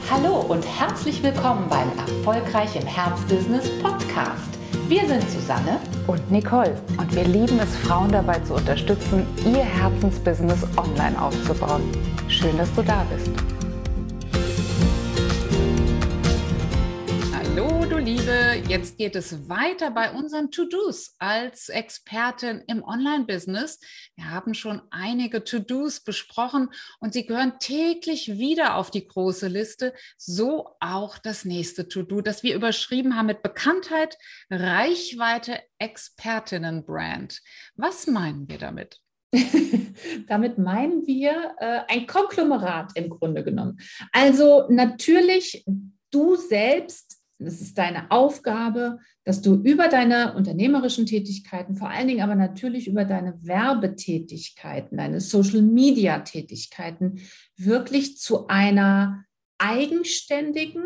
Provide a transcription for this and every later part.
Hallo und herzlich willkommen beim Erfolgreich im Herzbusiness Podcast. Wir sind Susanne und Nicole und wir lieben es, Frauen dabei zu unterstützen, ihr Herzensbusiness online aufzubauen. Schön, dass du da bist. Hallo, du Liebe, jetzt geht es weiter bei unseren To-Dos als Expertin im Online-Business. Wir haben schon einige To-Dos besprochen und sie gehören täglich wieder auf die große Liste, so auch das nächste To-Do, das wir überschrieben haben mit Bekanntheit, Reichweite, Expertinnen-Brand. Was meinen wir damit? Damit meinen wir ein Konglomerat im Grunde genommen. Also natürlich du selbst. Das ist deine Aufgabe, dass du über deine unternehmerischen Tätigkeiten, vor allen Dingen aber natürlich über deine Werbetätigkeiten, deine Social-Media-Tätigkeiten wirklich zu einer eigenständigen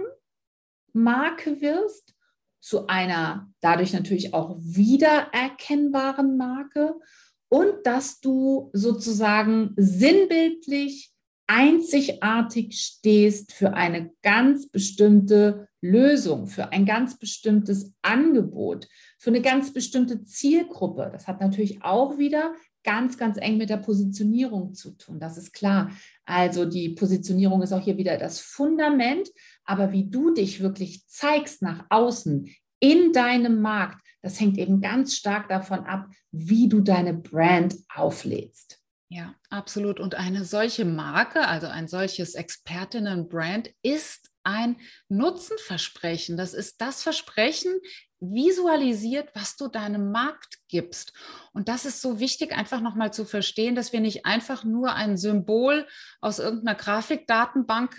Marke wirst, zu einer dadurch natürlich auch wiedererkennbaren Marke und dass du sozusagen sinnbildlich einzigartig stehst für eine ganz bestimmte Lösung, für ein ganz bestimmtes Angebot, für eine ganz bestimmte Zielgruppe. Das hat natürlich auch wieder ganz, ganz eng mit der Positionierung zu tun. Das ist klar. Also die Positionierung ist auch hier wieder das Fundament, aber wie du dich wirklich zeigst nach außen in deinem Markt, das hängt eben ganz stark davon ab, wie du deine Brand auflädst. Ja, absolut. Und eine solche Marke, also ein solches Expertinnen-Brand, ist ein Nutzenversprechen. Das ist das Versprechen, visualisiert, was du deinem Markt gibst. Und das ist so wichtig, einfach nochmal zu verstehen, dass wir nicht einfach nur ein Symbol aus irgendeiner Grafikdatenbank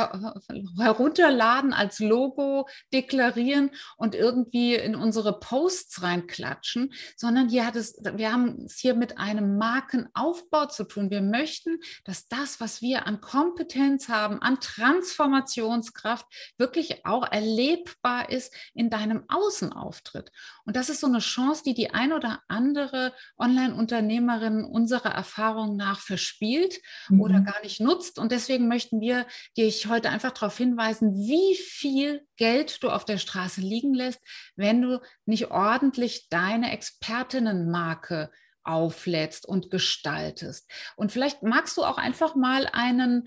herunterladen, als Logo deklarieren und irgendwie in unsere Posts reinklatschen, sondern wir haben es hier mit einem Markenaufbau zu tun. Wir möchten, dass das, was wir an Kompetenz haben, an Transformationskraft, wirklich auch erlebbar ist in deinem Außenauftritt. Und das ist so eine Chance, die ein oder andere Online-Unternehmerin unserer Erfahrung nach verspielt oder gar nicht nutzt. Und deswegen möchten wir dich heute einfach darauf hinweisen, wie viel Geld du auf der Straße liegen lässt, wenn du nicht ordentlich deine Expertinnenmarke auflädst und gestaltest. Und vielleicht magst du auch einfach mal einen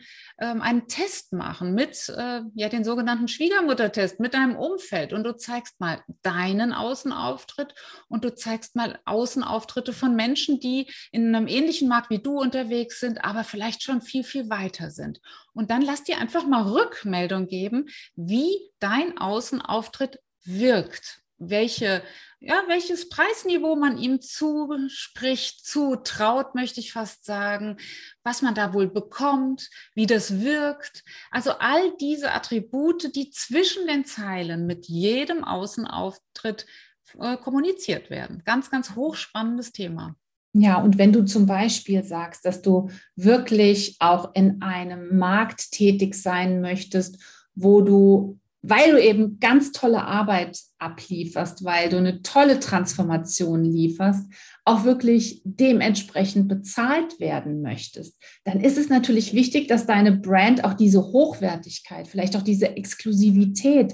Test machen mit den sogenannten Schwiegermuttertest mit deinem Umfeld und du zeigst mal deinen Außenauftritt und du zeigst mal Außenauftritte von Menschen, die in einem ähnlichen Markt wie du unterwegs sind, aber vielleicht schon viel, viel weiter sind. Und dann lass dir einfach mal Rückmeldung geben, wie dein Außenauftritt wirkt. Welches Preisniveau man ihm zuspricht, zutraut, möchte ich fast sagen, was man da wohl bekommt, wie das wirkt. Also all diese Attribute, die zwischen den Zeilen mit jedem Außenauftritt kommuniziert werden. Ganz, ganz hochspannendes Thema. Ja, und wenn du zum Beispiel sagst, dass du wirklich auch in einem Markt tätig sein möchtest, weil du eben ganz tolle Arbeit ablieferst, weil du eine tolle Transformation lieferst, auch wirklich dementsprechend bezahlt werden möchtest, dann ist es natürlich wichtig, dass deine Brand auch diese Hochwertigkeit, vielleicht auch diese Exklusivität,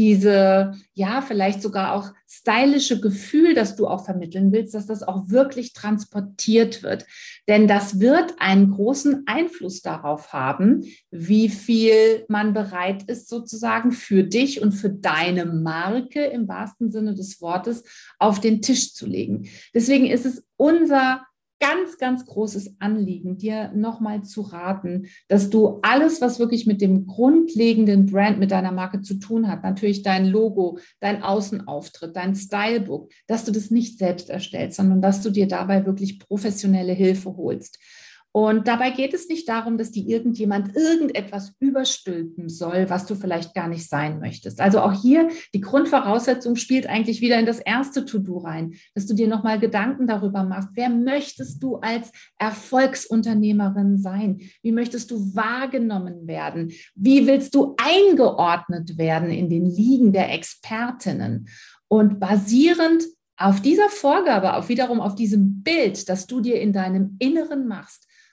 vielleicht sogar auch stylische Gefühl, das du auch vermitteln willst, dass das auch wirklich transportiert wird. Denn das wird einen großen Einfluss darauf haben, wie viel man bereit ist, sozusagen für dich und für deine Marke im wahrsten Sinne des Wortes auf den Tisch zu legen. Deswegen ist es unser ganz, ganz großes Anliegen, dir nochmal zu raten, dass du alles, was wirklich mit dem grundlegenden Brand, mit deiner Marke zu tun hat, natürlich dein Logo, dein Außenauftritt, dein Stylebook, dass du das nicht selbst erstellst, sondern dass du dir dabei wirklich professionelle Hilfe holst. Und dabei geht es nicht darum, dass dir irgendjemand irgendetwas überstülpen soll, was du vielleicht gar nicht sein möchtest. Also auch hier, die Grundvoraussetzung spielt eigentlich wieder in das erste To-Do rein, dass du dir nochmal Gedanken darüber machst, wer möchtest du als Erfolgsunternehmerin sein? Wie möchtest du wahrgenommen werden? Wie willst du eingeordnet werden in den Ligen der Expertinnen? Und basierend auf dieser Vorgabe, wiederum auf diesem Bild, das du dir in deinem Inneren machst,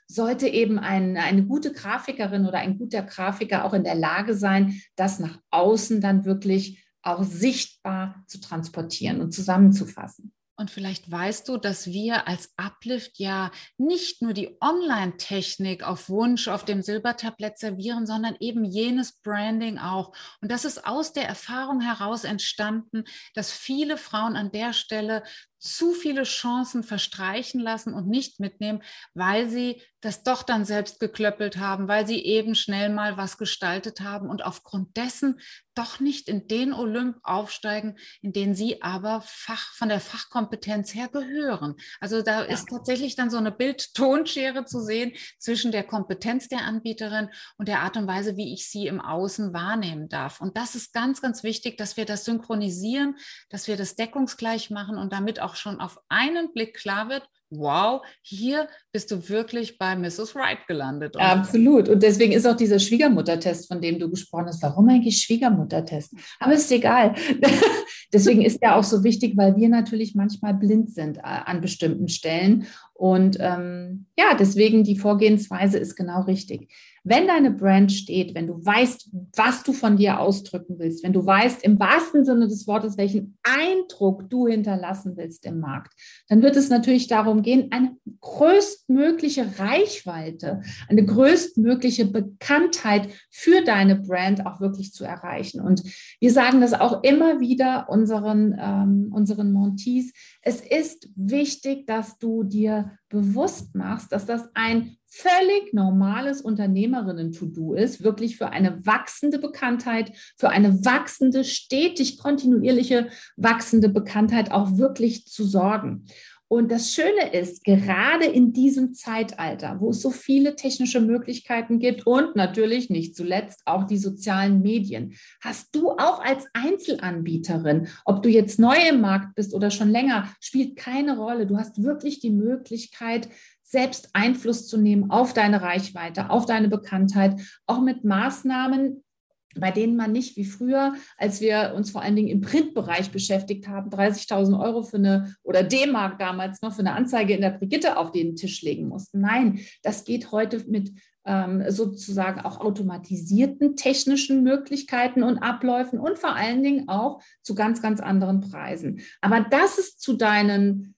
sollte eben eine gute Grafikerin oder ein guter Grafiker auch in der Lage sein, das nach außen dann wirklich auch sichtbar zu transportieren und zusammenzufassen. Und vielleicht weißt du, dass wir als Uplift ja nicht nur die Online-Technik auf Wunsch auf dem Silbertablett servieren, sondern eben jenes Branding auch. Und das ist aus der Erfahrung heraus entstanden, dass viele Frauen an der Stelle zu viele Chancen verstreichen lassen und nicht mitnehmen, weil sie das doch dann selbst geklöppelt haben, weil sie eben schnell mal was gestaltet haben und aufgrund dessen doch nicht in den Olymp aufsteigen, in den sie aber von der Fachkompetenz her gehören. Also da ist tatsächlich dann so eine Bild-Tonschere zu sehen zwischen der Kompetenz der Anbieterin und der Art und Weise, wie ich sie im Außen wahrnehmen darf. Und das ist ganz, ganz wichtig, dass wir das synchronisieren, dass wir das deckungsgleich machen und damit auch schon auf einen Blick klar wird, wow, hier bist du wirklich bei Mrs. Right gelandet. Absolut. Und deswegen ist auch dieser Schwiegermuttertest, von dem du gesprochen hast. Warum eigentlich Schwiegermuttertest? Aber ist egal. Deswegen ist ja auch so wichtig, weil wir natürlich manchmal blind sind an bestimmten Stellen. Und deswegen die Vorgehensweise ist genau richtig. Wenn deine Brand steht, wenn du weißt, was du von dir ausdrücken willst, wenn du weißt, im wahrsten Sinne des Wortes, welchen Eindruck du hinterlassen willst im Markt, dann wird es natürlich darum gehen, eine größtmögliche Reichweite, eine größtmögliche Bekanntheit für deine Brand auch wirklich zu erreichen. Und wir sagen das auch immer wieder unseren Mentees. Es ist wichtig, dass du dir bewusst machst, dass das ein völlig normales Unternehmerinnen-To-Do ist, wirklich für eine wachsende Bekanntheit, für eine wachsende, stetig kontinuierliche wachsende Bekanntheit auch wirklich zu sorgen. Und das Schöne ist, gerade in diesem Zeitalter, wo es so viele technische Möglichkeiten gibt und natürlich nicht zuletzt auch die sozialen Medien, hast du auch als Einzelanbieterin, ob du jetzt neu im Markt bist oder schon länger, spielt keine Rolle. Du hast wirklich die Möglichkeit, selbst Einfluss zu nehmen auf deine Reichweite, auf deine Bekanntheit, auch mit Maßnahmen, bei denen man nicht wie früher, als wir uns vor allen Dingen im Printbereich beschäftigt haben, 30.000 Euro oder D-Mark damals noch für eine Anzeige in der Brigitte auf den Tisch legen mussten. Nein, das geht heute mit sozusagen auch automatisierten technischen Möglichkeiten und Abläufen und vor allen Dingen auch zu ganz, ganz anderen Preisen. Aber das ist zu den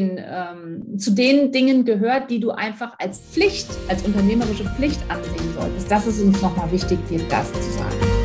Dingen gehört, die du einfach als Pflicht, als unternehmerische Pflicht ansehen solltest. Das ist uns nochmal wichtig, dir das zu sagen.